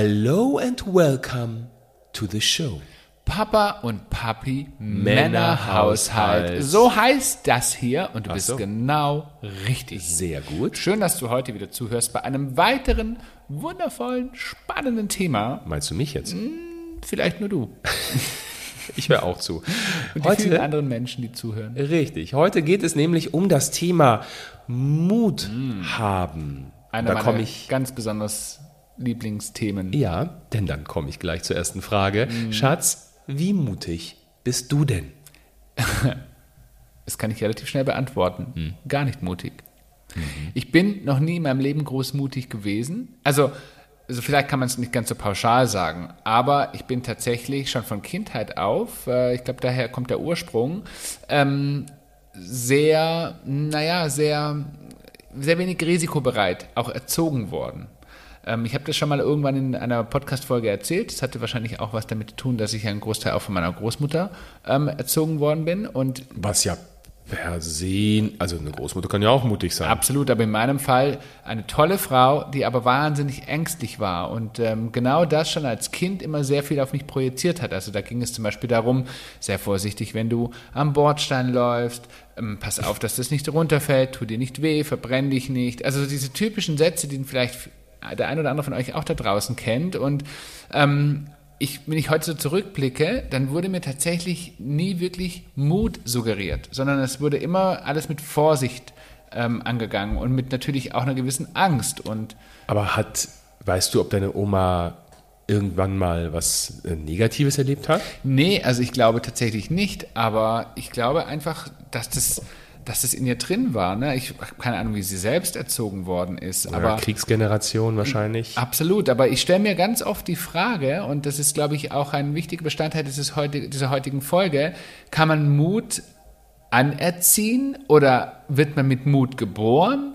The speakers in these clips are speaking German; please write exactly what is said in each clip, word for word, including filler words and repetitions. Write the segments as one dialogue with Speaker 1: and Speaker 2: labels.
Speaker 1: Hello and welcome to the show.
Speaker 2: Papa und Papi
Speaker 1: Männerhaushalt.
Speaker 2: Männerhaushalt. So heißt das hier und du
Speaker 1: Ach
Speaker 2: bist
Speaker 1: so.
Speaker 2: genau richtig.
Speaker 1: Sehr gut.
Speaker 2: Schön, dass du heute wieder zuhörst bei einem weiteren wundervollen, spannenden Thema.
Speaker 1: Meinst du mich jetzt?
Speaker 2: Vielleicht nur du
Speaker 1: Ich höre auch zu.
Speaker 2: und die vielen anderen Menschen, die zuhören.
Speaker 1: Richtig. Heute geht es nämlich um das Thema Mut haben.
Speaker 2: Einer
Speaker 1: da komme
Speaker 2: meiner
Speaker 1: ich.
Speaker 2: ganz besonders Lieblingsthemen.
Speaker 1: Ja, denn dann komme ich gleich zur ersten Frage. Schatz, wie mutig bist du denn?
Speaker 2: Das kann ich relativ schnell beantworten. Gar nicht mutig. Ich bin noch nie in meinem Leben großmutig gewesen. Also, also vielleicht kann man es nicht ganz so pauschal sagen, aber ich bin tatsächlich schon von Kindheit auf, äh, ich glaube, daher kommt der Ursprung, ähm, sehr, naja, sehr, sehr wenig risikobereit auch erzogen worden. Ähm, ich habe das schon mal irgendwann in einer Podcast-Folge erzählt. Das hatte wahrscheinlich auch was damit zu tun, dass ich einen Großteil auch von meiner Großmutter ähm, erzogen worden bin. Und
Speaker 1: Was ja per se, also eine Großmutter kann ja auch mutig sein.
Speaker 2: absolut, aber in meinem Fall eine tolle Frau, die aber wahnsinnig ängstlich war und ähm, genau das schon als Kind immer sehr viel auf mich projiziert hat. Also da ging es zum Beispiel darum, sehr vorsichtig, wenn du am Bordstein läufst, ähm, pass auf, dass das nicht runterfällt, tu dir nicht weh, verbrenn dich nicht. Also diese typischen Sätze, die vielleicht der ein oder andere von euch auch da draußen kennt. Und ähm, ich, wenn ich heute so zurückblicke, dann wurde mir tatsächlich nie wirklich Mut suggeriert, sondern es wurde immer alles mit Vorsicht ähm, angegangen und mit natürlich auch einer gewissen Angst. Und
Speaker 1: Aber hat, weißt du, ob deine Oma irgendwann mal was äh, Negatives erlebt hat?
Speaker 2: nee, also ich glaube tatsächlich nicht, aber ich glaube einfach, dass das, dass das in ihr drin war. Ne? Ich habe keine Ahnung, wie sie selbst erzogen worden ist,
Speaker 1: Oder
Speaker 2: aber
Speaker 1: Kriegsgeneration wahrscheinlich.
Speaker 2: absolut, aber ich stelle mir ganz oft die Frage, und das ist, glaube ich, auch ein wichtiger Bestandteil dieses heute, dieser heutigen Folge, kann man Mut anerziehen oder wird man mit Mut geboren?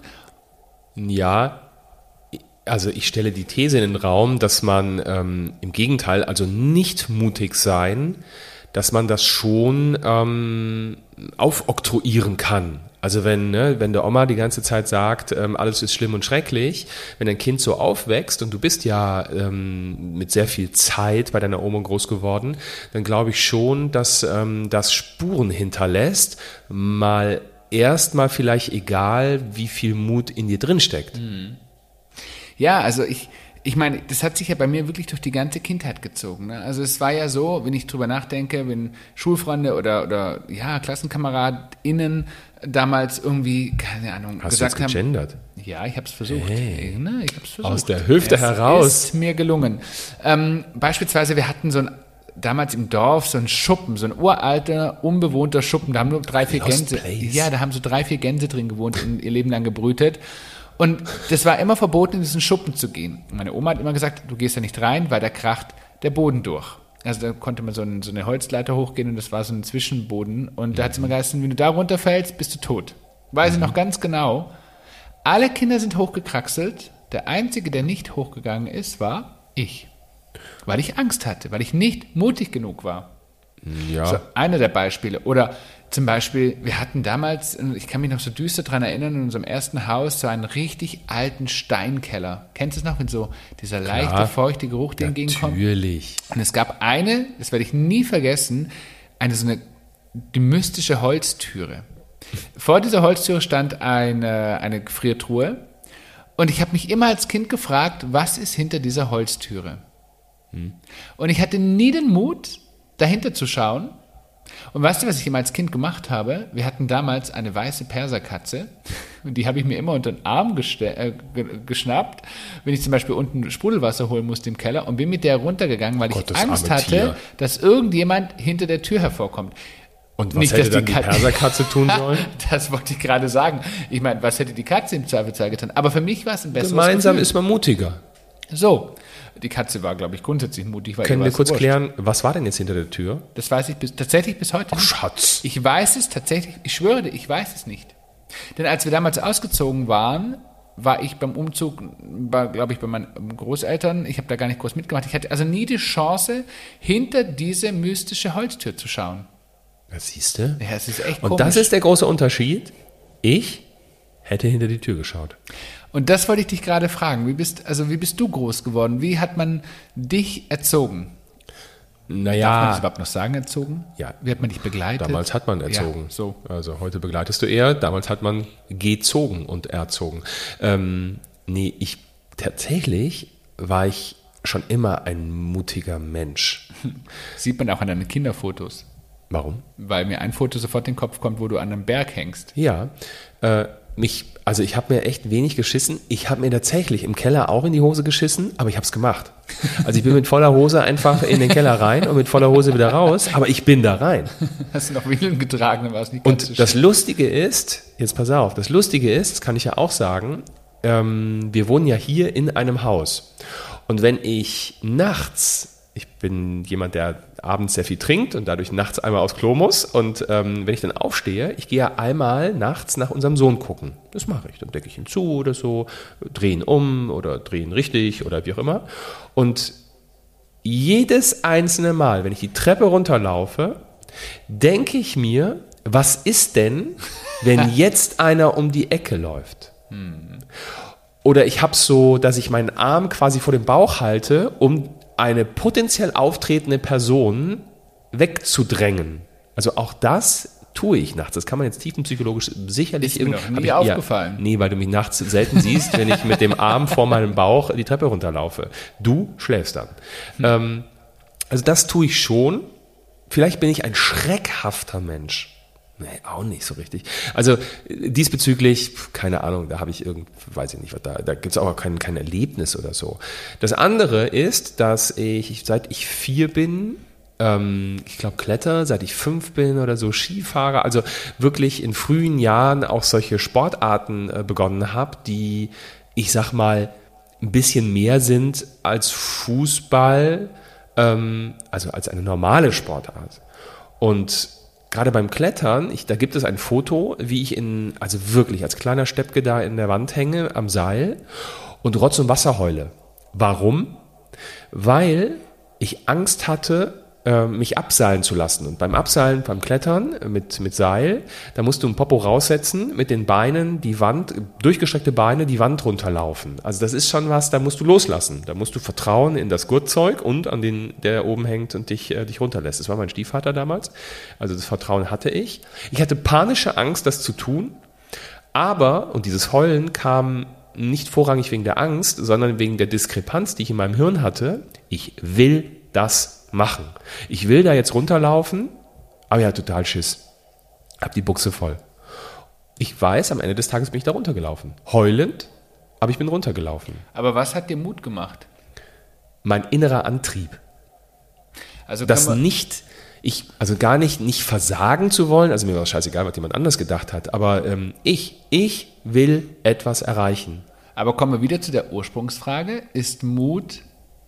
Speaker 1: Ja, also ich stelle die These in den Raum, dass man ähm, im Gegenteil, also nicht mutig sein, dass man das schon ähm, aufoktroyieren kann. Also wenn, ne, wenn der Oma die ganze Zeit sagt, ähm, alles ist schlimm und schrecklich, wenn ein Kind so aufwächst und du bist ja ähm, mit sehr viel Zeit bei deiner Oma groß geworden, dann glaube ich schon, dass ähm, das Spuren hinterlässt, mal erstmal vielleicht egal, wie viel Mut in dir drin steckt.
Speaker 2: Ja, also ich, ich meine, das hat sich ja bei mir wirklich durch die ganze Kindheit gezogen. Ne? Also es war ja so, wenn ich drüber nachdenke, wenn Schulfreunde oder, oder ja, KlassenkameradInnen damals irgendwie, keine Ahnung,
Speaker 1: Hast
Speaker 2: gesagt
Speaker 1: du jetzt
Speaker 2: haben.
Speaker 1: gegendert?
Speaker 2: Ja, ich habe es versucht.
Speaker 1: Hey.
Speaker 2: Ne, ich hab's versucht.
Speaker 1: Aus der Hüfte
Speaker 2: es
Speaker 1: heraus.
Speaker 2: Ist mir gelungen. Ähm, beispielsweise, wir hatten so ein damals im Dorf so ein Schuppen, so ein uralter, unbewohnter Schuppen. Da haben nur drei, vier
Speaker 1: Lost
Speaker 2: Gänse.
Speaker 1: Place.
Speaker 2: Ja, da haben so drei, vier Gänse drin gewohnt und ihr Leben lang gebrütet. Und das war immer verboten, in diesen Schuppen zu gehen. Meine Oma hat immer gesagt, du gehst da nicht rein, weil da kracht der Boden durch. Also da konnte man so, ein, so eine Holzleiter hochgehen und das war so ein Zwischenboden. Und da hat es immer geheißen, wenn du da runterfällst, bist du tot. Weiß ich noch ganz genau. Alle Kinder sind hochgekraxelt. Der Einzige, der nicht hochgegangen ist, war ich. Weil ich Angst hatte, weil ich nicht mutig genug war.
Speaker 1: Ja.
Speaker 2: So, einer der Beispiele. Oder zum Beispiel, wir hatten damals, ich kann mich noch so düster dran erinnern, in unserem ersten Haus so einen richtig alten Steinkeller. Kennst du es noch, wenn so dieser leichte,
Speaker 1: Klar.
Speaker 2: feuchte Geruch dir entgegenkommt?
Speaker 1: Natürlich.
Speaker 2: Und es gab eine, das werde ich nie vergessen, eine so eine die mystische Holztüre. Vor dieser Holztüre stand eine, eine Gefriertruhe und ich habe mich immer als Kind gefragt, was ist hinter dieser Holztüre? Hm. Und ich hatte nie den Mut, dahinter zu schauen. Und weißt du, was ich immer als Kind gemacht habe? Wir hatten damals eine weiße Perserkatze und die habe ich mir immer unter den Arm geste- äh, ge- geschnappt, wenn ich zum Beispiel unten Sprudelwasser holen musste im Keller und bin mit der runtergegangen, weil
Speaker 1: Gott,
Speaker 2: ich
Speaker 1: das
Speaker 2: Angst
Speaker 1: arme
Speaker 2: hatte,
Speaker 1: Tier.
Speaker 2: dass irgendjemand hinter der Tür hervorkommt.
Speaker 1: Und was
Speaker 2: Nicht,
Speaker 1: hätte
Speaker 2: dass
Speaker 1: dann
Speaker 2: die
Speaker 1: die
Speaker 2: Kat-
Speaker 1: Perserkatze tun sollen?
Speaker 2: Das wollte ich gerade sagen. Ich meine, was hätte die Katze im Zweifelsfall getan? Aber für mich war es ein besseres
Speaker 1: Gemeinsam
Speaker 2: Gefühl.
Speaker 1: ist man mutiger.
Speaker 2: So, die Katze war, glaube ich, grundsätzlich mutig. Weil
Speaker 1: Können
Speaker 2: ihr
Speaker 1: wir
Speaker 2: war's
Speaker 1: kurz
Speaker 2: wurscht.
Speaker 1: klären, was war denn jetzt hinter der Tür?
Speaker 2: Das weiß ich bis, tatsächlich bis heute
Speaker 1: Oh,
Speaker 2: nicht.
Speaker 1: Schatz.
Speaker 2: Ich weiß es tatsächlich, ich schwöre dir, ich weiß es nicht. Denn als wir damals ausgezogen waren, war ich beim Umzug, war, glaube ich, bei meinen Großeltern, ich habe da gar nicht groß mitgemacht. Ich hatte also nie die Chance, hinter diese mystische Holztür zu schauen.
Speaker 1: Das siehst du?
Speaker 2: Ja, es ist echt
Speaker 1: Und
Speaker 2: komisch.
Speaker 1: das ist der große Unterschied. Ich hätte hinter die Tür geschaut.
Speaker 2: Und das wollte ich dich gerade fragen. Wie bist, also wie bist du groß geworden? Wie hat man dich erzogen?
Speaker 1: Naja.
Speaker 2: Darf man das überhaupt noch sagen, erzogen?
Speaker 1: Ja.
Speaker 2: Wie hat man dich begleitet?
Speaker 1: Damals hat man erzogen.
Speaker 2: Ja, so.
Speaker 1: Also heute begleitest du eher, damals hat man gezogen und erzogen. Ähm, nee, ich tatsächlich war ich schon immer ein mutiger Mensch.
Speaker 2: Sieht man auch an deinen Kinderfotos.
Speaker 1: Warum?
Speaker 2: Weil mir ein Foto sofort in den Kopf kommt, wo du an einem Berg hängst.
Speaker 1: Ja, äh, mich, also ich habe mir echt wenig geschissen. Ich habe mir tatsächlich im Keller auch in die Hose geschissen, aber ich habe es gemacht. Also ich bin mit voller Hose einfach in den Keller rein und mit voller Hose wieder raus, aber ich bin da rein.
Speaker 2: Hast du noch Windeln getragen, dann war es nicht ganz so
Speaker 1: Und das
Speaker 2: schlimm.
Speaker 1: Lustige ist, jetzt pass auf, das Lustige ist, das kann ich ja auch sagen, ähm, wir wohnen ja hier in einem Haus. Und wenn ich nachts, ich bin jemand, der abends sehr viel trinkt und dadurch nachts einmal aufs Klo muss. Und ähm, wenn ich dann aufstehe, ich gehe ja einmal nachts nach unserem Sohn gucken. Das mache ich. Dann decke ich ihn zu oder so, drehe ihn um oder drehe ihn richtig oder wie auch immer. Und jedes einzelne Mal, wenn ich die Treppe runterlaufe, denke ich mir, was ist denn, wenn jetzt einer um die Ecke läuft? Oder ich habe so, dass ich meinen Arm quasi vor dem Bauch halte, um eine potenziell auftretende Person wegzudrängen. Also auch das tue ich nachts. Das kann man jetzt tiefenpsychologisch sicherlich...
Speaker 2: Ist mir noch nie
Speaker 1: hab ich,
Speaker 2: aufgefallen.
Speaker 1: Ja, nee, weil du mich nachts selten siehst, wenn ich mit dem Arm vor meinem Bauch die Treppe runterlaufe. Du schläfst dann. Hm. Ähm, also das tue ich schon. Vielleicht bin ich ein schreckhafter Mensch. Nee, auch nicht so richtig. Also diesbezüglich, keine Ahnung, da habe ich irgend, weiß ich nicht, was da, da gibt es auch kein, kein Erlebnis oder so. Das andere ist, dass ich, seit ich vier bin, ähm, ich glaube Kletter, seit ich fünf bin oder so, Skifahrer, also wirklich in frühen Jahren auch solche Sportarten äh, begonnen habe, die, ich sag mal, ein bisschen mehr sind als Fußball, ähm, also als eine normale Sportart. Und gerade beim Klettern, ich, da gibt es ein Foto, wie ich in, also wirklich als kleiner Steppke da in der Wand hänge, am Seil und Rotz und Wasser heule. Warum? Weil ich Angst hatte, mich abseilen zu lassen. Und beim Abseilen, beim Klettern mit, mit Seil, da musst du ein Popo raussetzen, mit den Beinen die Wand, durchgestreckte Beine die Wand runterlaufen. Also das ist schon was, da musst du loslassen. Da musst du vertrauen in das Gurtzeug und an den, der oben hängt und dich, äh, dich runterlässt. Das war mein Stiefvater damals. Also das Vertrauen hatte ich. Ich hatte panische Angst, das zu tun. Aber, und dieses Heulen kam nicht vorrangig wegen der Angst, sondern wegen der Diskrepanz, die ich in meinem Hirn hatte. Ich will das machen. Ich will da jetzt runterlaufen, aber ja, total Schiss. Hab die Buchse voll. Ich weiß, am Ende des Tages bin ich da runtergelaufen. Heulend, aber ich bin runtergelaufen.
Speaker 2: Aber was hat dir Mut gemacht?
Speaker 1: Mein innerer Antrieb.
Speaker 2: Also
Speaker 1: das nicht, ich, also gar nicht, nicht versagen zu wollen, also mir war es scheißegal, was jemand anders gedacht hat, aber ähm, ich, ich will etwas erreichen.
Speaker 2: Aber kommen wir wieder zu der Ursprungsfrage. Ist Mut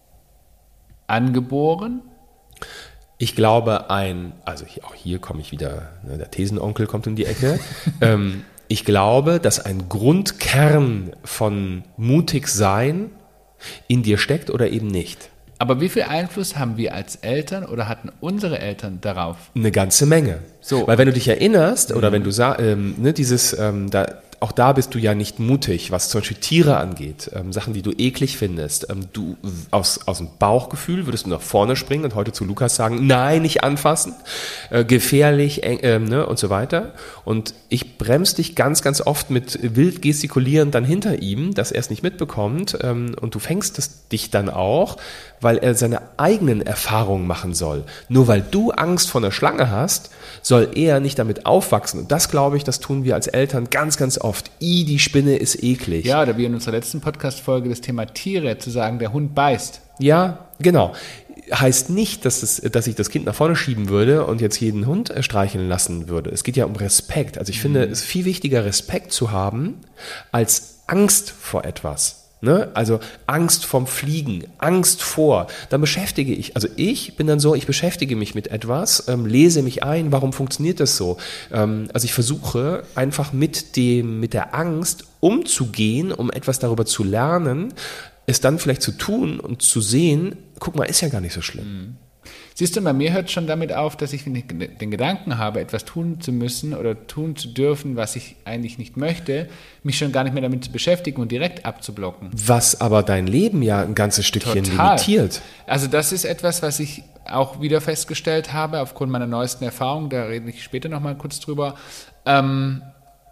Speaker 2: angeboren?
Speaker 1: Ich glaube, ein, also auch hier komme ich wieder, ne, der Thesenonkel kommt um die Ecke. ähm, ich glaube, dass ein Grundkern von mutig sein in dir steckt oder eben nicht.
Speaker 2: Aber wie viel Einfluss haben wir als Eltern oder hatten unsere Eltern darauf?
Speaker 1: Eine ganze Menge.
Speaker 2: So.
Speaker 1: Weil wenn du dich erinnerst oder mhm. wenn du sagst, ähm, ne, dieses, ähm, da, auch da bist du ja nicht mutig, was zum Beispiel Tiere angeht, ähm, Sachen, die du eklig findest. Ähm, du aus, aus dem Bauchgefühl würdest du nach vorne springen und heute zu Lukas sagen, nein, nicht anfassen, äh, gefährlich eng, ähm, ne, und so weiter. Und ich bremse dich ganz, ganz oft mit wild gestikulierend dann hinter ihm, dass er es nicht mitbekommt, ähm, und du fängst es dich dann auch, weil er seine eigenen Erfahrungen machen soll. Nur weil du Angst vor einer Schlange hast, soll er nicht damit aufwachsen. Und das, glaube ich, das tun wir als Eltern ganz, ganz oft. I, die Spinne ist eklig.
Speaker 2: Ja, oder wie in unserer letzten Podcast-Folge das Thema Tiere, zu sagen, der Hund beißt.
Speaker 1: Ja, genau. Heißt nicht, dass, es, dass ich das Kind nach vorne schieben würde und jetzt jeden Hund streicheln lassen würde. Es geht ja um Respekt. Also ich mhm. finde, es ist viel wichtiger, Respekt zu haben, als Angst vor etwas. Ne? Also Angst vorm Fliegen, Angst vor, dann beschäftige ich, also ich bin dann so, ich beschäftige mich mit etwas, ähm, lese mich ein, warum funktioniert das so? Ähm, also ich versuche einfach mit dem, mit der Angst umzugehen, um etwas darüber zu lernen, es dann vielleicht zu tun und zu sehen, guck mal, ist ja gar nicht so schlimm.
Speaker 2: Siehst du, bei mir hört es schon damit auf, dass ich den Gedanken habe, etwas tun zu müssen oder tun zu dürfen, was ich eigentlich nicht möchte, mich schon gar nicht mehr damit zu beschäftigen und direkt abzublocken.
Speaker 1: Was aber dein Leben ja ein ganzes Stückchen
Speaker 2: Total.
Speaker 1: limitiert.
Speaker 2: Also das ist etwas, was ich auch wieder festgestellt habe, aufgrund meiner neuesten Erfahrung, da rede ich später nochmal kurz drüber, ähm,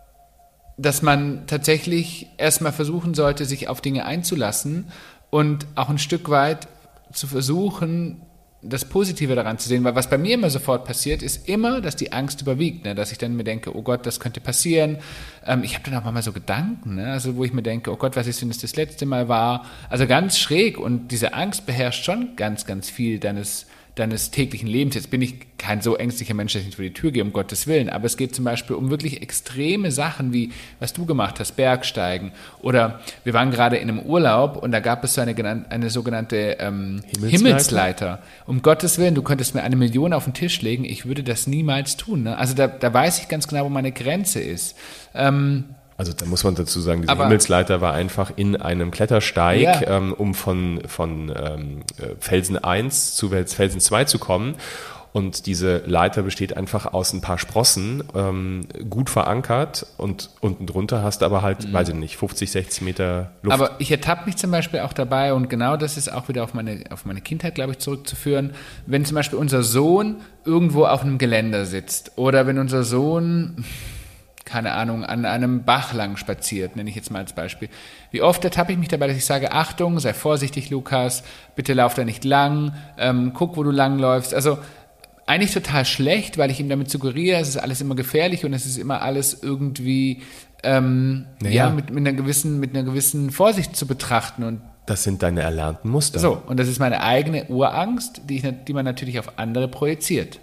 Speaker 2: dass man tatsächlich erstmal versuchen sollte, sich auf Dinge einzulassen und auch ein Stück weit zu versuchen, das Positive daran zu sehen, weil was bei mir immer sofort passiert, ist immer, dass die Angst überwiegt, ne? Dass ich dann mir denke, oh Gott, das könnte passieren. Ähm, ich habe dann auch manchmal so Gedanken, ne? Also wo ich mir denke, oh Gott, was ist, wenn es das letzte Mal war? Also ganz schräg und diese Angst beherrscht schon ganz, ganz viel deines deines täglichen Lebens. Jetzt bin ich kein so ängstlicher Mensch, dass ich nicht vor die Tür gehe, um Gottes Willen, aber es geht zum Beispiel um wirklich extreme Sachen, wie was du gemacht hast, Bergsteigen, oder wir waren gerade in einem Urlaub und da gab es so eine, eine sogenannte ähm, Himmelsleiter. Himmelsleiter. Um Gottes Willen, du könntest mir eine Million auf den Tisch legen, ich würde das niemals tun. Ne? Also da, da weiß ich ganz genau, wo meine Grenze ist. Ähm,
Speaker 1: Also da muss man dazu sagen, diese
Speaker 2: Aber,
Speaker 1: Himmelsleiter war einfach in einem Klettersteig,
Speaker 2: Ja.
Speaker 1: ähm, um von, von ähm, Felsen eins zu Felsen zwei zu kommen. Und diese Leiter besteht einfach aus ein paar Sprossen, ähm, gut verankert, und unten drunter hast du aber halt, mhm. weiß ich nicht, fünfzig, sechzig Meter Luft.
Speaker 2: Aber ich ertappe mich zum Beispiel auch dabei, und genau das ist auch wieder auf meine, auf meine Kindheit, glaube ich, zurückzuführen, wenn zum Beispiel unser Sohn irgendwo auf einem Geländer sitzt oder wenn unser Sohn, keine Ahnung, an einem Bach lang spaziert, nenne ich jetzt mal als Beispiel. Wie oft ertappe ich mich dabei, dass ich sage, Achtung, sei vorsichtig, Lukas, bitte lauf da nicht lang, ähm, guck, wo du lang läufst. Also eigentlich total schlecht, weil ich ihm damit suggeriere, es ist alles immer gefährlich und es ist immer alles irgendwie ähm, naja. ja, mit, mit, einer gewissen, mit einer gewissen Vorsicht zu betrachten. Und
Speaker 1: das sind deine erlernten Muster.
Speaker 2: So, und das ist meine eigene Urangst, die, ich, die man natürlich auf andere projiziert.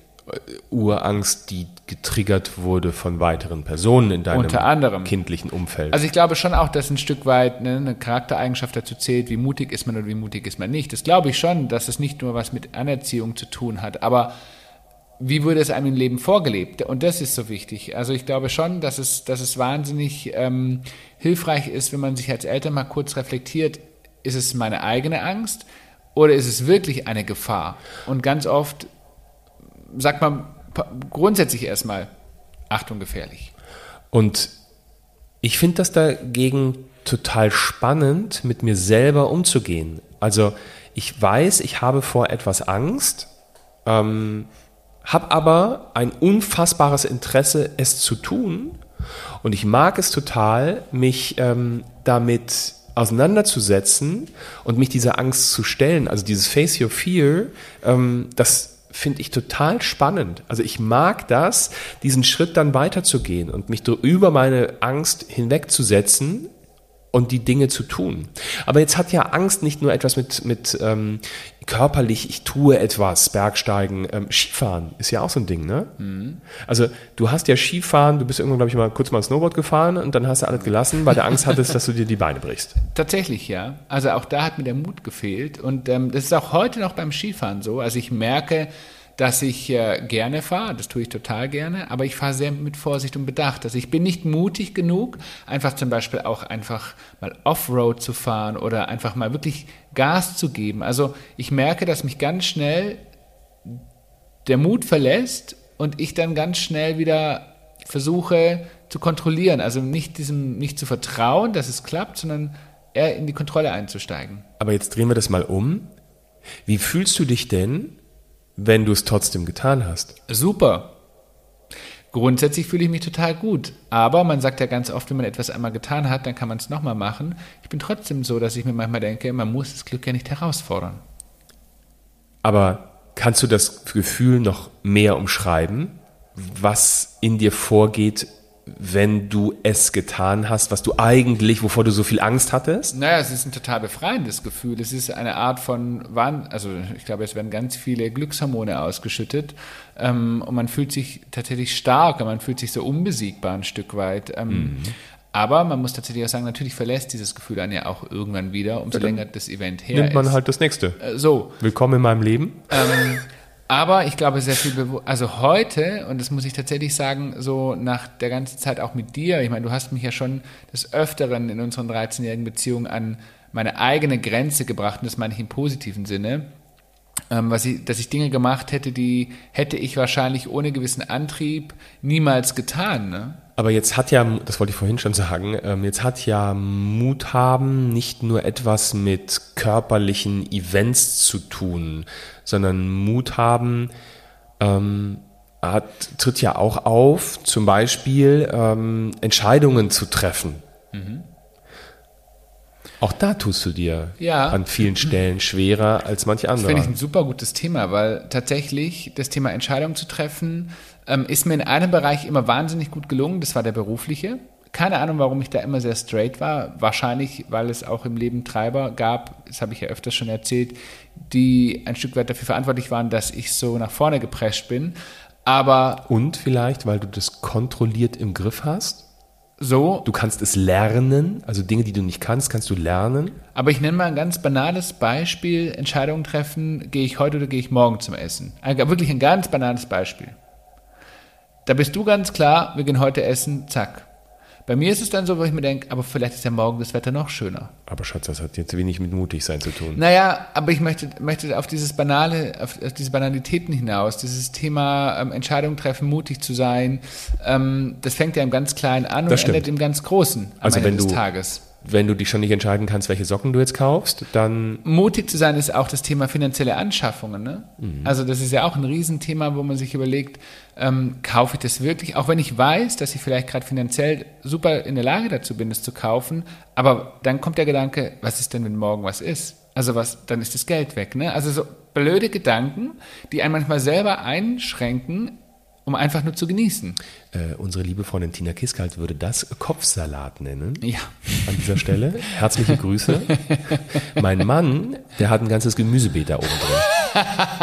Speaker 1: Urangst, die getriggert wurde von weiteren Personen in deinem
Speaker 2: Unter anderem.
Speaker 1: kindlichen Umfeld.
Speaker 2: Also ich glaube schon auch, dass ein Stück weit ne, eine Charaktereigenschaft dazu zählt, wie mutig ist man oder wie mutig ist man nicht. Das glaube ich schon, dass es nicht nur was mit Anerziehung zu tun hat, aber wie wurde es einem im Leben vorgelebt? Und das ist so wichtig. Also ich glaube schon, dass es, dass es wahnsinnig ähm, hilfreich ist, wenn man sich als Eltern mal kurz reflektiert, ist es meine eigene Angst oder ist es wirklich eine Gefahr? Und ganz oft sagt man grundsätzlich erstmal, Achtung, gefährlich.
Speaker 1: Und ich finde das dagegen total spannend, mit mir selber umzugehen. Also ich weiß, ich habe vor etwas Angst, ähm, habe aber ein unfassbares Interesse, es zu tun. Und ich mag es total, mich ähm, damit auseinanderzusetzen und mich dieser Angst zu stellen. Also dieses Face Your Fear, ähm, das finde ich total spannend. Also ich mag das, diesen Schritt dann weiterzugehen und mich über meine Angst hinwegzusetzen und die Dinge zu tun. Aber jetzt hat ja Angst nicht nur etwas mit, mit ähm, körperlich, ich tue etwas, Bergsteigen, ähm, Skifahren ist ja auch so ein Ding, ne? Mhm. Also du hast ja Skifahren, du bist irgendwann, glaube ich, mal kurz mal Snowboard gefahren und dann hast du alles gelassen, weil du Angst hattest, dass du dir die Beine brichst.
Speaker 2: Tatsächlich, ja. Also auch da hat mir der Mut gefehlt und ähm, das ist auch heute noch beim Skifahren so. Also ich merke, dass ich äh, gerne fahre, das tue ich total gerne, aber ich fahre sehr mit Vorsicht und Bedacht. Also ich bin nicht mutig genug, einfach zum Beispiel auch einfach mal Offroad zu fahren oder einfach mal wirklich Gas zu geben. Also ich merke, dass mich ganz schnell der Mut verlässt und ich dann ganz schnell wieder versuche zu kontrollieren. Also nicht diesem, nicht zu vertrauen, dass es klappt, sondern eher in die Kontrolle einzusteigen.
Speaker 1: Aber jetzt drehen wir das mal um. Wie fühlst du dich denn, wenn du es trotzdem getan hast?
Speaker 2: Super. Grundsätzlich fühle ich mich total gut. Aber man sagt ja ganz oft, wenn man etwas einmal getan hat, dann kann man es nochmal machen. Ich bin trotzdem so, dass ich mir manchmal denke, man muss das Glück ja nicht herausfordern.
Speaker 1: Aber kannst du das Gefühl noch mehr umschreiben, was in dir vorgeht, wenn du es getan hast, was du eigentlich, wovor du so viel Angst hattest?
Speaker 2: Naja, es ist ein total befreiendes Gefühl. Es ist eine Art von, Wahn, also ich glaube, es werden ganz viele Glückshormone ausgeschüttet ähm, und man fühlt sich tatsächlich stark und man fühlt sich so unbesiegbar ein Stück weit. Ähm, mhm. Aber man muss tatsächlich auch sagen, natürlich verlässt dieses Gefühl einen ja auch irgendwann wieder, umso ja, länger das Event her ist.
Speaker 1: Nimmt man halt das nächste.
Speaker 2: Äh, so.
Speaker 1: Willkommen in meinem Leben.
Speaker 2: Ähm, Aber ich glaube, sehr viel, Bewu- also heute, und das muss ich tatsächlich sagen, so nach der ganzen Zeit auch mit dir, ich meine, du hast mich ja schon des Öfteren in unseren dreizehnjährigen Beziehungen an meine eigene Grenze gebracht, und das meine ich im positiven Sinne. ähm, was ich, dass ich Dinge gemacht hätte, die hätte ich wahrscheinlich ohne gewissen Antrieb niemals getan. Ne?
Speaker 1: Aber jetzt hat ja, das wollte ich vorhin schon sagen, ähm, jetzt hat ja Mut haben nicht nur etwas mit körperlichen Events zu tun, sondern Mut haben ähm, hat, tritt ja auch auf, zum Beispiel ähm, Entscheidungen zu treffen. Mhm. Auch da tust du dir
Speaker 2: ja.
Speaker 1: an vielen Stellen schwerer als manche andere.
Speaker 2: Das finde ich ein super gutes Thema, weil tatsächlich das Thema Entscheidungen zu treffen, ähm, ist mir in einem Bereich immer wahnsinnig gut gelungen. Das war der berufliche. Keine Ahnung, warum ich da immer sehr straight war. Wahrscheinlich, weil es auch im Leben Treiber gab, das habe ich ja öfters schon erzählt, die ein Stück weit dafür verantwortlich waren, dass ich so nach vorne geprescht bin. Aber
Speaker 1: und vielleicht, weil du das kontrolliert im Griff hast?
Speaker 2: So.
Speaker 1: Du kannst es lernen, also Dinge, die du nicht kannst, kannst du lernen.
Speaker 2: Aber ich nenne mal ein ganz banales Beispiel, Entscheidungen treffen, gehe ich heute oder gehe ich morgen zum Essen. Ein, wirklich ein ganz banales Beispiel. Da bist du ganz klar, wir gehen heute essen, zack. Bei mir ist es dann so, wo ich mir denke, aber vielleicht ist ja morgen das Wetter noch schöner.
Speaker 1: Aber Schatz, das hat jetzt wenig mit mutig sein zu tun.
Speaker 2: Naja, aber ich möchte, möchte auf dieses Banale, auf, auf diese Banalitäten hinaus, dieses Thema ähm, Entscheidungen treffen, mutig zu sein, ähm, das fängt ja im ganz Kleinen an und endet im ganz Großen am
Speaker 1: also
Speaker 2: Ende
Speaker 1: wenn
Speaker 2: des
Speaker 1: du,
Speaker 2: Tages.
Speaker 1: Wenn du dich schon nicht entscheiden kannst, welche Socken du jetzt kaufst, dann...
Speaker 2: Mutig zu sein ist auch das Thema finanzielle Anschaffungen. Ne? Mhm. Also das ist ja auch ein Riesenthema, wo man sich überlegt, ähm, kaufe ich das wirklich? Auch wenn ich weiß, dass ich vielleicht gerade finanziell super in der Lage dazu bin, das zu kaufen, aber dann kommt der Gedanke, was ist denn, wenn morgen was ist? Also was, dann ist das Geld weg. Ne? Also so blöde Gedanken, die einen manchmal selber einschränken, um einfach nur zu genießen.
Speaker 1: Äh, unsere liebe Freundin Tina Kiskalt würde das Kopfsalat nennen.
Speaker 2: Ja. An
Speaker 1: dieser Stelle. Herzliche Grüße. Mein Mann, der hat ein ganzes Gemüsebeet da oben drin.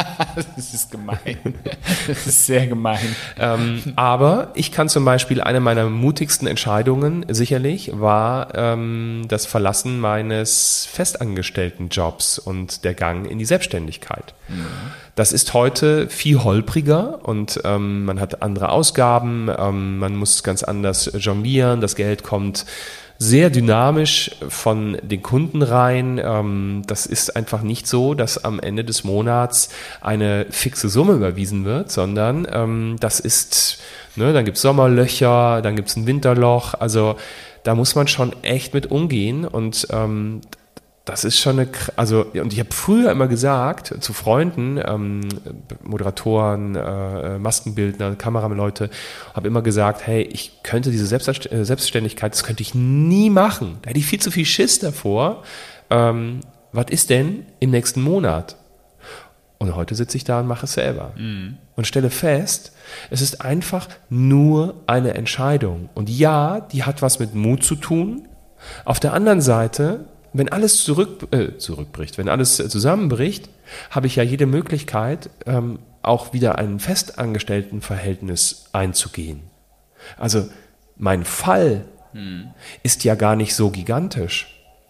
Speaker 2: Das ist gemein. Das ist sehr gemein.
Speaker 1: Ähm, aber ich kann zum Beispiel, eine meiner mutigsten Entscheidungen sicherlich war ähm, das Verlassen meines festangestellten Jobs und der Gang in die Selbstständigkeit. Mhm. Das ist heute viel holpriger und ähm, man hat andere Ausgaben, ähm, man muss ganz anders jonglieren, das Geld kommt sehr dynamisch von den Kunden rein. Ähm, das ist einfach nicht so, dass am Ende des Monats eine fixe Summe überwiesen wird, sondern ähm, das ist, ne, dann gibt es Sommerlöcher, dann gibt es ein Winterloch, also da muss man schon echt mit umgehen und ähm, das ist schon eine, also, und ich habe früher immer gesagt zu Freunden, ähm, Moderatoren, äh, Maskenbildner, Kameraleute, habe immer gesagt, hey, ich könnte diese Selbstständigkeit, das könnte ich nie machen. Da hätte ich viel zu viel Schiss davor. Ähm, was ist denn im nächsten Monat? Und heute sitze ich da und mache es selber. Mhm. Und stelle fest, es ist einfach nur eine Entscheidung. Und ja, die hat was mit Mut zu tun. Auf der anderen Seite, wenn alles zurück, äh, zurückbricht, wenn alles zusammenbricht, habe ich ja jede Möglichkeit, ähm, auch wieder ein Festangestelltenverhältnis einzugehen. Also mein Fall hm. ist ja gar nicht so gigantisch.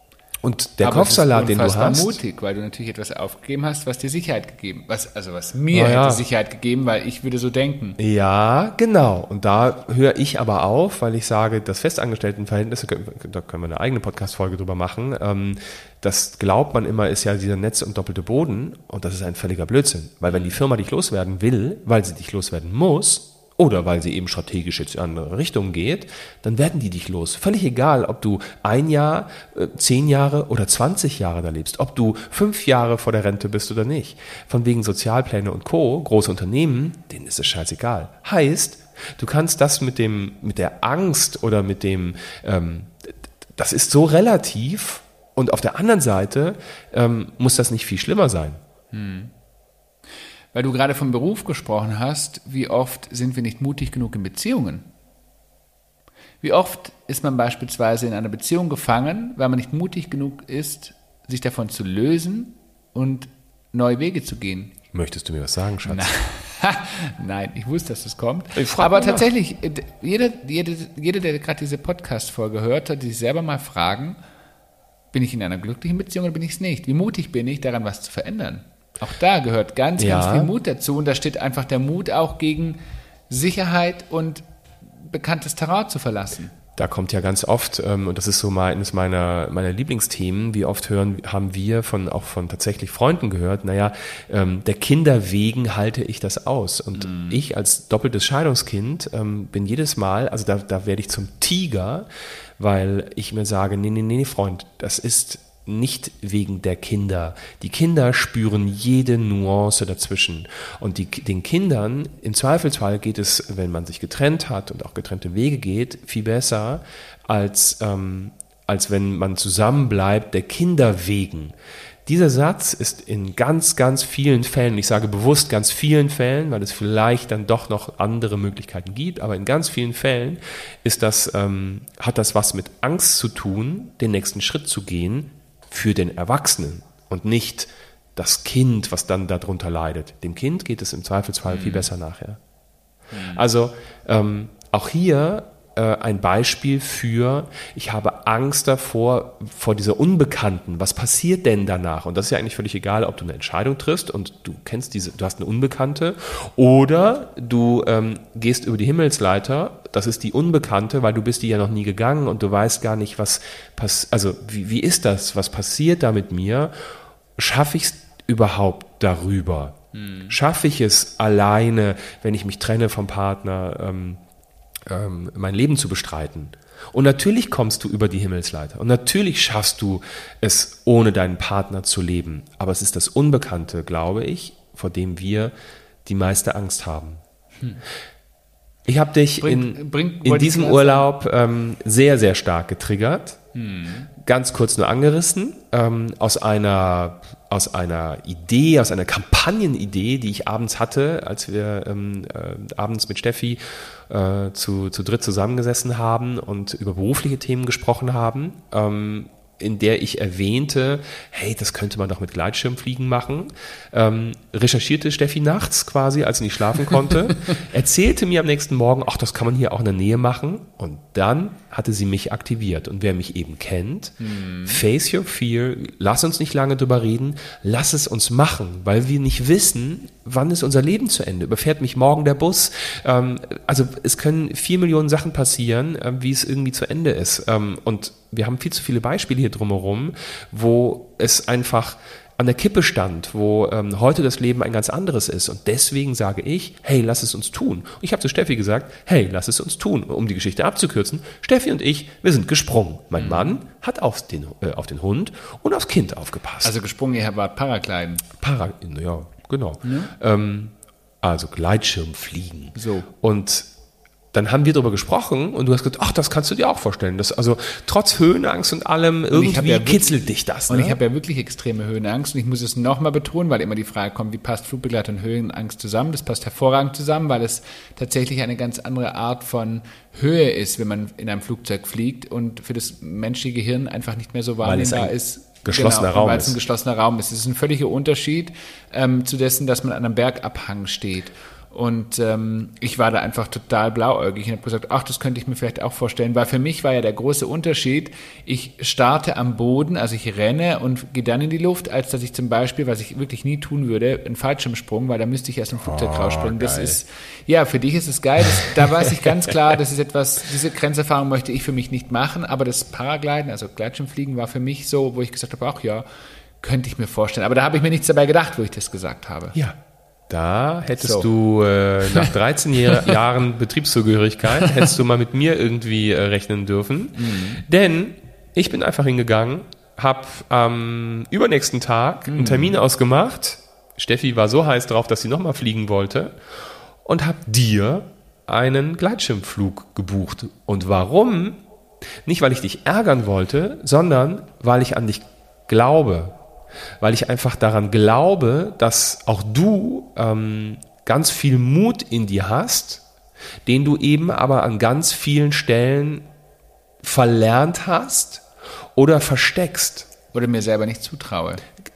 Speaker 1: Und der
Speaker 2: Aber
Speaker 1: Kopfsalat, den du hast...
Speaker 2: Aber es ist mutig, weil du natürlich etwas aufgegeben hast, was dir Sicherheit gegeben, was also was mir ja. hätte Sicherheit gegeben, weil ich würde so denken.
Speaker 1: Ja, genau. Und da höre ich aber auf, weil ich sage, das Festangestelltenverhältnis, da können wir eine eigene Podcast-Folge drüber machen, ähm, das glaubt man immer, ist ja dieser Netz und doppelte Boden und das ist ein völliger Blödsinn. Weil wenn die Firma dich loswerden will, weil sie dich loswerden muss, oder weil sie eben strategisch jetzt in andere Richtungen geht, dann werden die dich los. Völlig egal, ob du ein Jahr, zehn Jahre oder zwanzig Jahre da lebst, ob du fünf Jahre vor der Rente bist oder nicht. Von wegen Sozialpläne und Co., große Unternehmen, denen ist es scheißegal. Heißt, du kannst das mit dem, mit der Angst oder mit dem, ähm, das ist so relativ und auf der anderen Seite ähm, muss das nicht viel schlimmer sein.
Speaker 2: Hm. Weil du gerade vom Beruf gesprochen hast, wie oft sind wir nicht mutig genug in Beziehungen? Wie oft ist man beispielsweise in einer Beziehung gefangen, weil man nicht mutig genug ist, sich davon zu lösen und neue Wege zu gehen?
Speaker 1: Möchtest du mir was sagen, Schatz?
Speaker 2: Nein, ich wusste, dass das kommt. Aber tatsächlich, jeder, jeder, jeder, der gerade diese Podcast-Folge hört, hat sich selber mal fragen, bin ich in einer glücklichen Beziehung oder bin ich es nicht? Wie mutig bin ich, daran was zu verändern? Auch da gehört ganz, ja. ganz viel Mut dazu. Und da steht einfach der Mut auch gegen Sicherheit und bekanntes Terrain zu verlassen.
Speaker 1: da kommt ja ganz oft, ähm, und das ist so mal eines meiner, meiner Lieblingsthemen, wie oft hören, haben wir von, auch von tatsächlich Freunden gehört, naja, ähm, der Kinder wegen halte ich das aus. Und mhm. ich als doppeltes Scheidungskind ähm, bin jedes Mal, also da, da werde ich zum Tiger, weil ich mir sage, nee, nee, nee, Freund, das ist nicht wegen der Kinder. Die Kinder spüren jede Nuance dazwischen. Und die, den Kindern, im Zweifelsfall geht es, wenn man sich getrennt hat und auch getrennte Wege geht, viel besser, als, ähm, als wenn man zusammenbleibt, der Kinder wegen. Dieser Satz ist in ganz, ganz vielen Fällen, ich sage bewusst ganz vielen Fällen, weil es vielleicht dann doch noch andere Möglichkeiten gibt, aber in ganz vielen Fällen ist das, ähm, hat das was mit Angst zu tun, den nächsten Schritt zu gehen, für den Erwachsenen und nicht das Kind, was dann darunter leidet. Dem Kind geht es im Zweifelsfall mhm. viel besser nachher. Mhm. Also ähm, auch hier äh, ein Beispiel für, ich habe Angst davor, vor dieser Unbekannten. Was passiert denn danach? Und das ist ja eigentlich völlig egal, ob du eine Entscheidung triffst und du kennst diese, du hast eine Unbekannte oder du ähm, gehst über die Himmelsleiter. Das ist die Unbekannte, weil du bist die ja noch nie gegangen und du weißt gar nicht, was passiert, also wie, wie ist das, was passiert da mit mir? Schaffe ich es überhaupt darüber? Hm. Schaffe ich es alleine, wenn ich mich trenne vom Partner, ähm, ähm, mein Leben zu bestreiten? Und natürlich kommst du über die Himmelsleiter und natürlich schaffst du es, ohne deinen Partner zu leben. Aber es ist das Unbekannte, glaube ich, vor dem wir die meiste Angst haben. Hm. Ich habe dich bringt, in, bringt, in diesem Urlaub ähm, sehr, sehr stark getriggert. Hm. Ganz kurz nur angerissen. Ähm, aus einer, aus einer Idee, aus einer Kampagnenidee, die ich abends hatte, als wir ähm, äh, abends mit Steffi äh, zu, zu dritt zusammengesessen haben und über berufliche Themen gesprochen haben. Ähm, in der ich erwähnte, hey, das könnte man doch mit Gleitschirmfliegen machen. Ähm, recherchierte Steffi nachts quasi, als sie nicht schlafen konnte, erzählte mir am nächsten Morgen, ach, das kann man hier auch in der Nähe machen. Und dann hatte sie mich aktiviert. Und wer mich eben kennt, hm. face your fear, lass uns nicht lange drüber reden, lass es uns machen, weil wir nicht wissen, wann ist unser Leben zu Ende? Überfährt mich morgen der Bus? Ähm, also es können vier Millionen Sachen passieren, äh, wie es irgendwie zu Ende ist. Ähm, und wir haben viel zu viele Beispiele hier drumherum, wo es einfach an der Kippe stand, wo ähm, heute das Leben ein ganz anderes ist. Und deswegen sage ich, hey, lass es uns tun. Und ich habe zu Steffi gesagt, hey, lass es uns tun. Um die Geschichte abzukürzen, Steffi und ich, wir sind gesprungen. Mein mhm. Mann hat auf den, äh, auf den Hund und aufs Kind aufgepasst.
Speaker 2: Also gesprungen, ihr wart Paragliden.
Speaker 1: Para, ja, genau. Ja. Ähm, also Gleitschirmfliegen.
Speaker 2: So.
Speaker 1: Und dann haben wir darüber gesprochen und du hast gesagt, ach, das kannst du dir auch vorstellen. Das, also trotz Höhenangst und allem, irgendwie und ja kitzelt dich das.
Speaker 2: Ne? Und ich habe ja wirklich extreme Höhenangst und ich muss es nochmal betonen, weil immer die Frage kommt, wie passt Flugbegleiter und Höhenangst zusammen? Das passt hervorragend zusammen, weil es tatsächlich eine ganz andere Art von Höhe ist, wenn man in einem Flugzeug fliegt und für das menschliche Gehirn einfach nicht mehr so wahrnehmbar ist.
Speaker 1: Geschlossener
Speaker 2: genau,
Speaker 1: Raum
Speaker 2: weil es ein geschlossener Raum ist. Es ist ein völliger Unterschied ähm, zu dessen, dass man an einem Bergabhang steht. Und ähm, ich war da einfach total blauäugig und habe gesagt, ach, das könnte ich mir vielleicht auch vorstellen, weil für mich war ja der große Unterschied, ich starte am Boden, also ich renne und gehe dann in die Luft, als dass ich zum Beispiel, was ich wirklich nie tun würde, einen Fallschirmsprung, weil da müsste ich erst im Flugzeug oh, rausspringen. Das geil. ist, ja, für dich ist es geil. Das, da weiß ich ganz klar, das ist etwas, diese Grenzerfahrung möchte ich für mich nicht machen, aber das Paragliden, also Gleitschirmfliegen, war für mich so, wo ich gesagt habe, ach ja, könnte ich mir vorstellen. Aber da habe ich mir nichts dabei gedacht, wo ich das gesagt habe.
Speaker 1: Ja. Da hättest so. du äh, nach dreizehn Jahren Betriebszugehörigkeit, hättest du mal mit mir irgendwie äh, rechnen dürfen. Mhm. Denn ich bin einfach hingegangen, habe am übernächsten Tag mhm. einen Termin ausgemacht. Steffi war so heiß drauf, dass sie nochmal fliegen wollte. Und habe dir einen Gleitschirmflug gebucht. Und warum? Nicht, weil ich dich ärgern wollte, sondern weil ich an dich glaube. Weil ich einfach daran glaube, dass auch du ähm, ganz viel Mut in dir hast, den du eben aber an ganz vielen Stellen verlernt hast oder versteckst.
Speaker 2: Oder mir selber nicht zutraue.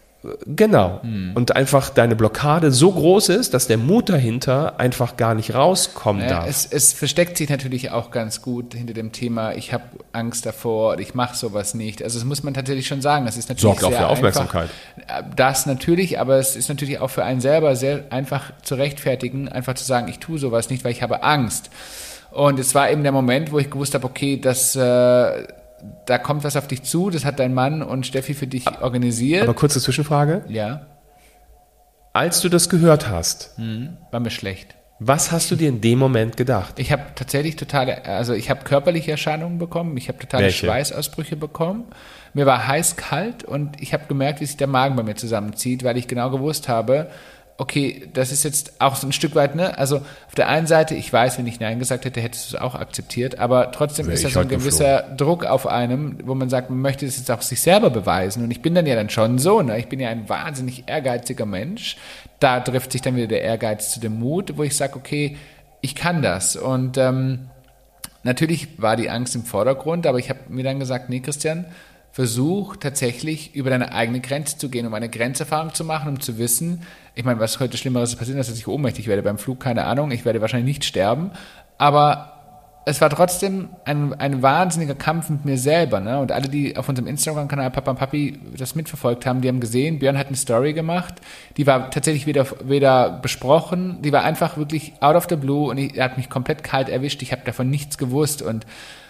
Speaker 1: Genau. Hm. Und einfach deine Blockade so groß ist, dass der Mut dahinter einfach gar nicht rauskommen
Speaker 2: ja,
Speaker 1: darf.
Speaker 2: Es, es versteckt sich natürlich auch ganz gut hinter dem Thema, ich habe Angst davor oder ich mache sowas nicht. Also das muss man tatsächlich schon sagen. Das ist natürlich
Speaker 1: Sorgt auch für Aufmerksamkeit.
Speaker 2: Einfach, das natürlich, aber es ist natürlich auch für einen selber sehr einfach zu rechtfertigen, einfach zu sagen, ich tue sowas nicht, weil ich habe Angst. Und es war eben der Moment, wo ich gewusst habe, okay, das, äh, da kommt was auf dich zu, das hat dein Mann und Steffi für dich organisiert.
Speaker 1: Aber kurze Zwischenfrage.
Speaker 2: Ja.
Speaker 1: Als du das gehört hast,
Speaker 2: Hm, war mir schlecht.
Speaker 1: was hast du dir in dem Moment gedacht?
Speaker 2: Ich habe tatsächlich totale, also ich habe körperliche Erscheinungen bekommen, ich habe totale
Speaker 1: Welche?
Speaker 2: Schweißausbrüche bekommen. Mir war heiß kalt und ich habe gemerkt, wie sich der Magen bei mir zusammenzieht, weil ich genau gewusst habe, okay, das ist jetzt auch so ein Stück weit, ne? Also auf der einen Seite, ich weiß, wenn ich Nein gesagt hätte, hättest du es auch akzeptiert, aber trotzdem
Speaker 1: Wäre
Speaker 2: ist das
Speaker 1: ich
Speaker 2: so ein
Speaker 1: halt
Speaker 2: gewisser Druck auf einem, wo man sagt, man möchte es jetzt auch sich selber beweisen. Und ich bin dann ja dann schon so, ne? Ich bin ja ein wahnsinnig ehrgeiziger Mensch. Da trifft sich dann wieder der Ehrgeiz zu dem Mut, wo ich sage, okay, ich kann das. Und ähm, natürlich war die Angst im Vordergrund, aber ich habe mir dann gesagt, nee, Christian, versuch tatsächlich über deine eigene Grenze zu gehen, um eine Grenzerfahrung zu machen, um zu wissen, ich meine, was heute Schlimmeres passiert, dass ich ohnmächtig werde beim Flug, keine Ahnung, ich werde wahrscheinlich nicht sterben, aber es war trotzdem ein, ein wahnsinniger Kampf mit mir selber, ne? Und alle, die auf unserem Instagram-Kanal Papa und Papi das mitverfolgt haben, die haben gesehen, Björn hat eine Story gemacht, die war tatsächlich weder, weder besprochen, die war einfach wirklich out of the blue und ich, er hat mich komplett kalt erwischt, ich habe davon nichts gewusst und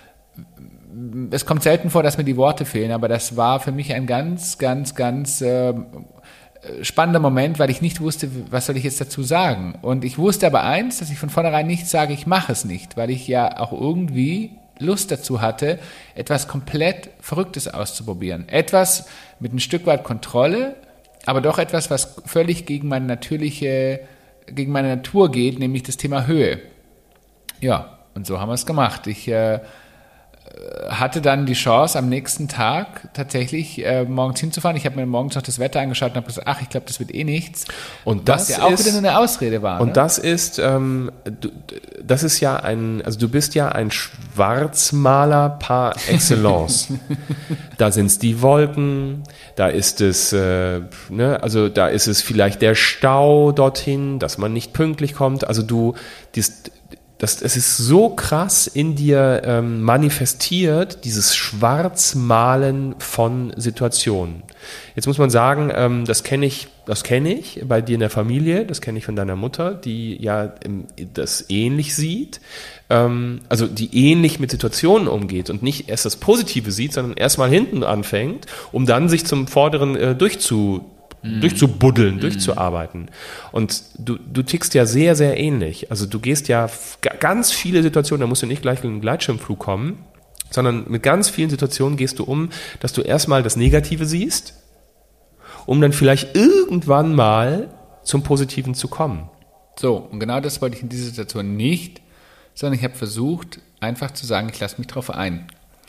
Speaker 2: es kommt selten vor, dass mir die Worte fehlen, aber das war für mich ein ganz, ganz, ganz äh, spannender Moment, weil ich nicht wusste, was soll ich jetzt dazu sagen. Und ich wusste aber eins, dass ich von vornherein nicht sage, ich mache es nicht, weil ich ja auch irgendwie Lust dazu hatte, etwas komplett Verrücktes auszuprobieren. Etwas mit ein Stück weit Kontrolle, aber doch etwas, was völlig gegen meine natürliche, gegen meine Natur geht, nämlich das Thema Höhe. Ja, und so haben wir es gemacht. Ich äh, hatte dann die Chance, am nächsten Tag tatsächlich äh, morgens hinzufahren. Ich habe mir morgens noch das Wetter angeschaut und habe gesagt, ach, ich glaube, das wird eh nichts.
Speaker 1: Und das
Speaker 2: was ja auch
Speaker 1: ist,
Speaker 2: wieder nur eine Ausrede war.
Speaker 1: Und
Speaker 2: ne?
Speaker 1: das ist, ähm, du, das ist ja ein, also du bist ja ein Schwarzmaler par excellence. Da sind es die Wolken, da ist es, äh, ne, also da ist es vielleicht der Stau dorthin, dass man nicht pünktlich kommt. Also du, dies, Das, es ist so krass in dir ähm, manifestiert, dieses Schwarzmalen von Situationen. Jetzt muss man sagen, ähm, das kenne ich, das kenne ich bei dir in der Familie, das kenne ich von deiner Mutter, die ja ähm, das ähnlich sieht, ähm, also die ähnlich mit Situationen umgeht und nicht erst das Positive sieht, sondern erst mal hinten anfängt, um dann sich zum Vorderen äh, durchzu durchzubuddeln, mm. durchzuarbeiten. Und du, du tickst ja sehr, sehr ähnlich. Also du gehst ja f- ganz viele Situationen, da musst du nicht gleich in den Gleitschirmflug kommen, sondern mit ganz vielen Situationen gehst du um, dass du erstmal das Negative siehst, um dann vielleicht irgendwann mal zum Positiven zu kommen.
Speaker 2: So, und genau das wollte ich in dieser Situation nicht, sondern ich habe versucht, einfach zu sagen, ich lasse mich drauf ein.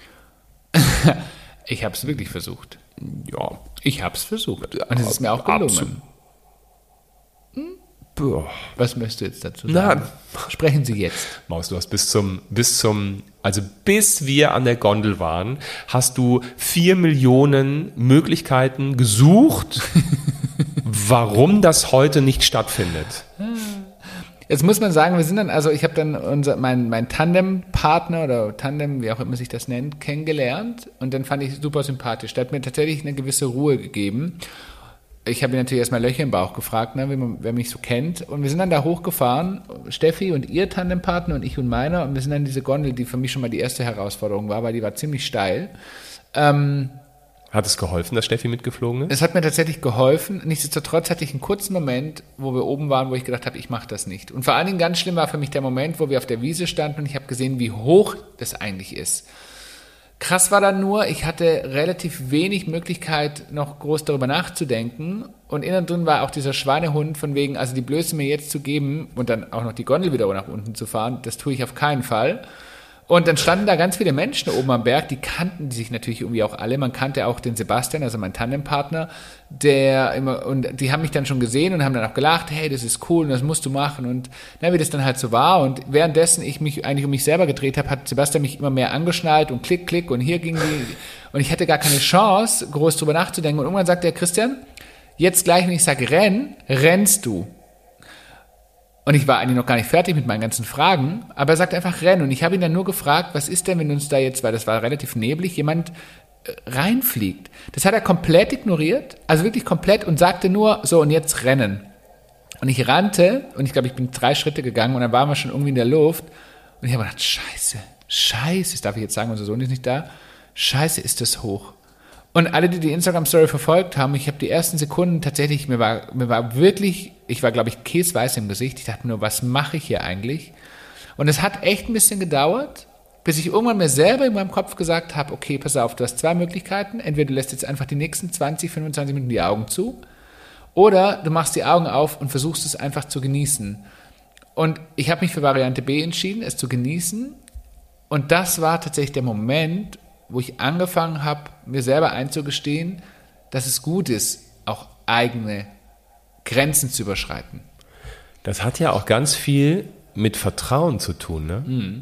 Speaker 2: Ich habe es wirklich versucht.
Speaker 1: Ja,
Speaker 2: Ich habe es versucht. Und es ist mir auch gelungen.
Speaker 1: Hm?
Speaker 2: Was möchtest du jetzt dazu sagen?
Speaker 1: Na,
Speaker 2: Sprechen Sie jetzt.
Speaker 1: Maus, du hast bis zum, bis zum, also bis wir an der Gondel waren, hast du vier Millionen Möglichkeiten gesucht, warum das heute nicht stattfindet.
Speaker 2: Jetzt muss man sagen, wir sind dann, also ich habe dann unser, mein, mein Tandempartner oder Tandem, wie auch immer sich das nennt, kennengelernt und dann fand ich super sympathisch. Der hat mir tatsächlich eine gewisse Ruhe gegeben. Ich habe ihn natürlich erstmal Löcher im Bauch gefragt, ne, wie man, wer mich so kennt. Und wir sind dann da hochgefahren, Steffi und ihr Tandempartner und ich und meiner. Und wir sind dann diese Gondel, die für mich schon mal die erste Herausforderung war, weil die war ziemlich steil. Ähm,
Speaker 1: Hat es geholfen, dass Steffi mitgeflogen ist?
Speaker 2: Es hat mir tatsächlich geholfen. Nichtsdestotrotz hatte ich einen kurzen Moment, wo wir oben waren, wo ich gedacht habe, ich mache das nicht. Und vor allen Dingen ganz schlimm war für mich der Moment, wo wir auf der Wiese standen und ich habe gesehen, wie hoch das eigentlich ist. Krass war dann nur, ich hatte relativ wenig Möglichkeit, noch groß darüber nachzudenken. Und innen drin war auch dieser Schweinehund von wegen, also die Blöße mir jetzt zu geben und dann auch noch die Gondel wieder nach unten zu fahren, das tue ich auf keinen Fall. Und dann standen da ganz viele Menschen oben am Berg, die kannten sich natürlich irgendwie auch alle. Man kannte auch den Sebastian, also mein Tandempartner, der immer, und die haben mich dann schon gesehen und haben dann auch gelacht, hey, das ist cool und das musst du machen. Und na, wie das dann halt so war. Und währenddessen ich mich eigentlich um mich selber gedreht habe, hat Sebastian mich immer mehr angeschnallt und klick, klick und hier ging die. Und ich hatte gar keine Chance, groß drüber nachzudenken. Und irgendwann sagt der Christian, jetzt gleich, wenn ich sage, renn, rennst du. Und ich war eigentlich noch gar nicht fertig mit meinen ganzen Fragen, aber er sagt einfach rennen. Und ich habe ihn dann nur gefragt, was ist denn, wenn uns da jetzt, weil das war relativ neblig, jemand äh, reinfliegt. Das hat er komplett ignoriert, also wirklich komplett und sagte nur, so und jetzt rennen. Und ich rannte und ich glaube, ich bin drei Schritte gegangen und dann waren wir schon irgendwie in der Luft Und ich habe gedacht, scheiße, scheiße, das darf ich jetzt sagen, unser Sohn ist nicht da, scheiße, ist das hoch. Und alle, die die Instagram-Story verfolgt haben, ich habe die ersten Sekunden tatsächlich, mir war, mir war wirklich, ich war, glaube ich, käsweiß im Gesicht. Ich dachte nur, was mache ich hier eigentlich? Und es hat echt ein bisschen gedauert, bis ich irgendwann mir selber in meinem Kopf gesagt habe, okay, pass auf, du hast zwei Möglichkeiten. Entweder du lässt jetzt einfach die nächsten zwanzig, fünfundzwanzig Minuten die Augen zu oder du machst die Augen auf und versuchst es einfach zu genießen. Und ich habe mich für Variante B entschieden, es zu genießen. Und das war tatsächlich der Moment, wo ich angefangen habe, mir selber einzugestehen, dass es gut ist, auch eigene Grenzen zu überschreiten.
Speaker 1: Das hat ja auch ganz viel mit Vertrauen zu tun, ne?
Speaker 2: Mhm.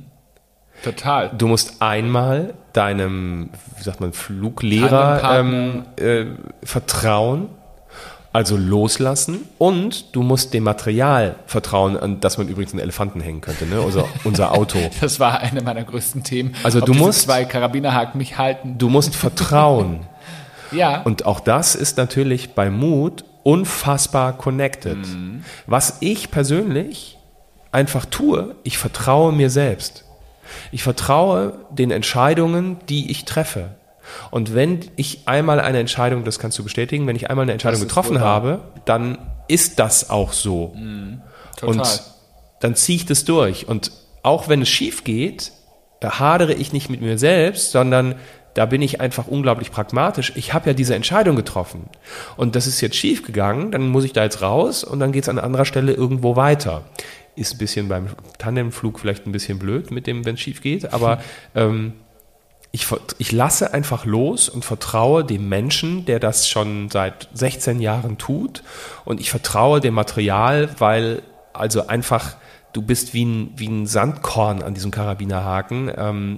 Speaker 2: Total.
Speaker 1: Du musst einmal deinem, wie sagt man, Fluglehrer ähm, äh, vertrauen, also loslassen, und du musst dem Material vertrauen, an das man übrigens einen Elefanten hängen könnte, ne? Also unser Auto.
Speaker 2: Das war eine meiner größten Themen.
Speaker 1: Also
Speaker 2: Ob
Speaker 1: du
Speaker 2: diese
Speaker 1: musst
Speaker 2: zwei Karabinerhaken mich halten.
Speaker 1: Du musst vertrauen.
Speaker 2: Ja.
Speaker 1: Und auch das ist natürlich bei Mut unfassbar connected. Mhm. Was ich persönlich einfach tue, ich vertraue mir selbst. Ich vertraue den Entscheidungen, die ich treffe. Und wenn ich einmal eine Entscheidung, das kannst du bestätigen, wenn ich einmal eine Entscheidung getroffen habe, dann ist das auch so.
Speaker 2: Mhm. Total.
Speaker 1: Und dann ziehe ich das durch. Und auch wenn es schief geht, da hadere ich nicht mit mir selbst, sondern da bin ich einfach unglaublich pragmatisch. Ich habe ja diese Entscheidung getroffen. Und das ist jetzt schief gegangen, dann muss ich da jetzt raus und dann geht es an anderer Stelle irgendwo weiter. Ist ein bisschen beim Tandemflug vielleicht ein bisschen blöd mit dem, wenn es schief geht, aber ähm, ich, ich lasse einfach los und vertraue dem Menschen, der das schon seit sechzehn Jahren tut, und ich vertraue dem Material, weil also einfach du bist wie ein, wie ein Sandkorn an diesem Karabinerhaken. Ähm,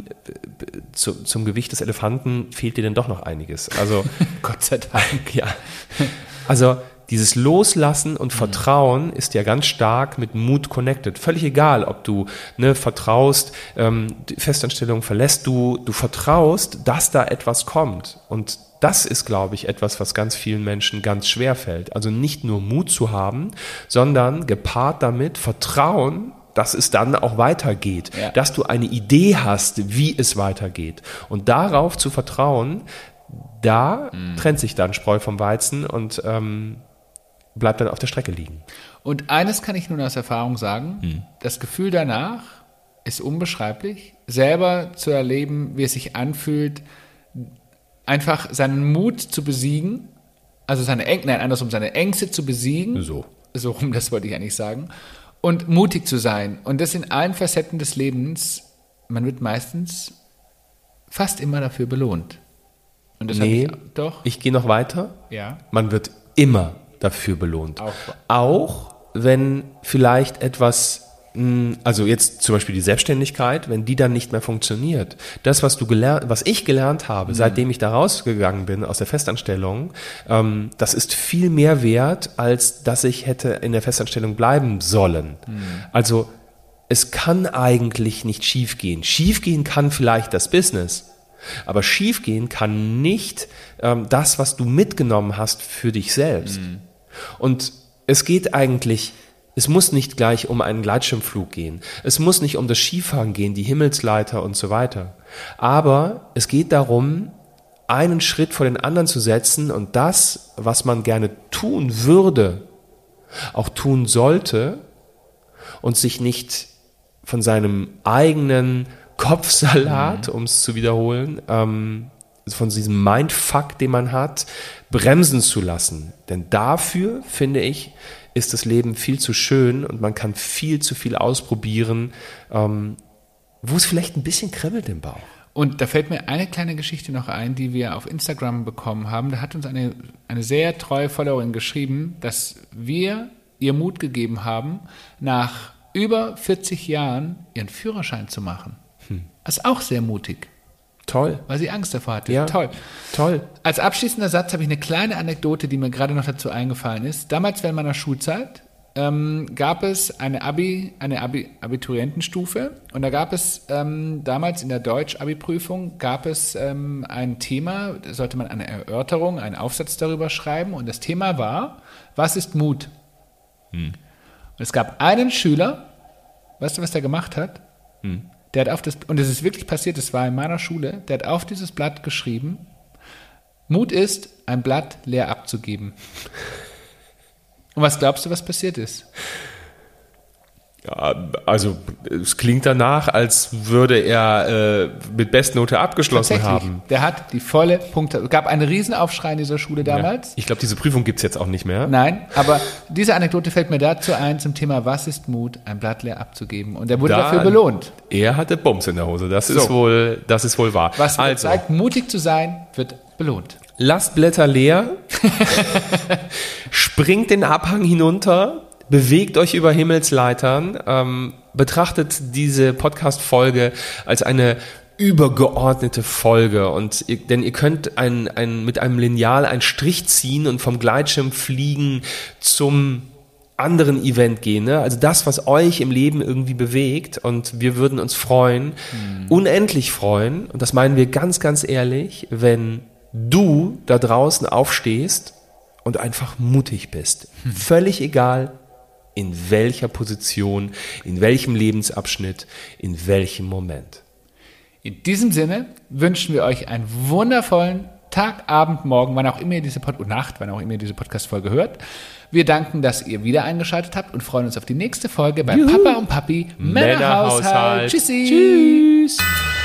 Speaker 1: zu, zum Gewicht des Elefanten fehlt dir dann doch noch einiges. Also
Speaker 2: Gott sei Dank.
Speaker 1: Ja. Also dieses Loslassen und Vertrauen ist ja ganz stark mit Mut connected. Völlig egal, ob du ne, vertraust, ähm, die Festanstellung verlässt du, du vertraust, dass da etwas kommt. Und das ist, glaube ich, etwas, was ganz vielen Menschen ganz schwer fällt. Also nicht nur Mut zu haben, sondern gepaart damit Vertrauen, dass es dann auch weitergeht. Ja. Dass du eine Idee hast, wie es weitergeht. Und darauf zu vertrauen, da mhm. trennt sich dann Spreu vom Weizen und ähm, bleibt dann auf der Strecke liegen.
Speaker 2: Und eines kann ich nun aus Erfahrung sagen, mhm. das Gefühl danach ist unbeschreiblich, selber zu erleben, wie es sich anfühlt, einfach seinen Mut zu besiegen, also seine Ängste, nein, andersrum, seine Ängste zu besiegen.
Speaker 1: So.
Speaker 2: So rum, das wollte ich eigentlich sagen. Und mutig zu sein. Und das in allen Facetten des Lebens. Man wird meistens fast immer dafür belohnt. Und das
Speaker 1: nee,
Speaker 2: ich, doch.
Speaker 1: Ich gehe noch weiter.
Speaker 2: Ja.
Speaker 1: Man wird immer dafür belohnt.
Speaker 2: Auch,
Speaker 1: Auch wenn vielleicht etwas, also jetzt zum Beispiel die Selbstständigkeit, wenn die dann nicht mehr funktioniert. Das, was du gelernt, was ich gelernt habe, mhm. seitdem ich da rausgegangen bin aus der Festanstellung, ähm, das ist viel mehr wert, als dass ich hätte in der Festanstellung bleiben sollen. Mhm. Also es kann eigentlich nicht schiefgehen. Schiefgehen kann vielleicht das Business, aber schiefgehen kann nicht ähm, das, was du mitgenommen hast für dich selbst. Mhm. Und es geht eigentlich, es muss nicht gleich um einen Gleitschirmflug gehen. Es muss nicht um das Skifahren gehen, die Himmelsleiter und so weiter. Aber es geht darum, einen Schritt vor den anderen zu setzen und das, was man gerne tun würde, auch tun sollte und sich nicht von seinem eigenen Kopfsalat, mhm. um es zu wiederholen, ähm, von diesem Mindfuck, den man hat, bremsen zu lassen. Denn dafür, finde ich, ist das Leben viel zu schön und man kann viel zu viel ausprobieren, ähm, wo es vielleicht ein bisschen kribbelt im Bauch.
Speaker 2: Und da fällt mir eine kleine Geschichte noch ein, die wir auf Instagram bekommen haben. Da hat uns eine, eine sehr treue Followerin geschrieben, dass wir ihr Mut gegeben haben, nach über vierzig Jahren ihren Führerschein zu machen. Hm. Das ist auch sehr mutig.
Speaker 1: Toll.
Speaker 2: Weil sie Angst davor hatte.
Speaker 1: Ja,
Speaker 2: toll.
Speaker 1: Toll.
Speaker 2: Als abschließender Satz habe ich eine kleine Anekdote, die mir gerade noch dazu eingefallen ist. Damals während meiner Schulzeit ähm, gab es eine Abi, eine Abi, Abiturientenstufe und da gab es ähm, damals in der Deutsch-Abi-Prüfung gab es ähm, ein Thema, da sollte man eine Erörterung, einen Aufsatz darüber schreiben und das Thema war, was ist Mut? Hm. Und es gab einen Schüler, weißt du, was der gemacht hat? Hm. Der hat auf das, und es ist wirklich passiert, das war in meiner Schule, der hat auf dieses Blatt geschrieben, Mut ist, ein Blatt leer abzugeben. Und was glaubst du, was passiert ist?
Speaker 1: Ja, also es klingt danach, als würde er äh, mit Bestnote abgeschlossen haben.
Speaker 2: Der hat die volle Punkte. Es gab einen Riesenaufschrei in dieser Schule damals.
Speaker 1: Ja, ich glaube, diese Prüfung gibt es jetzt auch nicht mehr.
Speaker 2: Nein, aber diese Anekdote fällt mir dazu ein zum Thema, was ist Mut, ein Blatt leer abzugeben. Und er wurde da, dafür belohnt.
Speaker 1: Er hatte Bums in der Hose, das,
Speaker 2: so.
Speaker 1: ist, wohl, das ist wohl wahr.
Speaker 2: Was also zeigt, mutig zu sein, wird belohnt.
Speaker 1: Lasst Blätter leer, springt den Abhang hinunter, bewegt euch über Himmelsleitern, ähm, betrachtet diese Podcast-Folge als eine übergeordnete Folge und ihr, denn ihr könnt ein, ein, mit einem Lineal einen Strich ziehen und vom Gleitschirm fliegen zum anderen Event gehen, ne? Also das, was euch im Leben irgendwie bewegt, und wir würden uns freuen, mhm. unendlich freuen, und das meinen wir ganz, ganz ehrlich, wenn du da draußen aufstehst und einfach mutig bist. Mhm. Völlig egal, in welcher Position, in welchem Lebensabschnitt, in welchem Moment.
Speaker 2: In diesem Sinne wünschen wir euch einen wundervollen Tag, Abend, Morgen, wann auch immer ihr diese Pod- und Nacht, wann auch immer ihr diese Podcast-Folge hört. Wir danken, dass ihr wieder eingeschaltet habt und freuen uns auf die nächste Folge bei Juhu. Papa und Papi Männerhaushalt.
Speaker 1: Männerhaushalt.
Speaker 2: Tschüssi.
Speaker 1: Tschüss.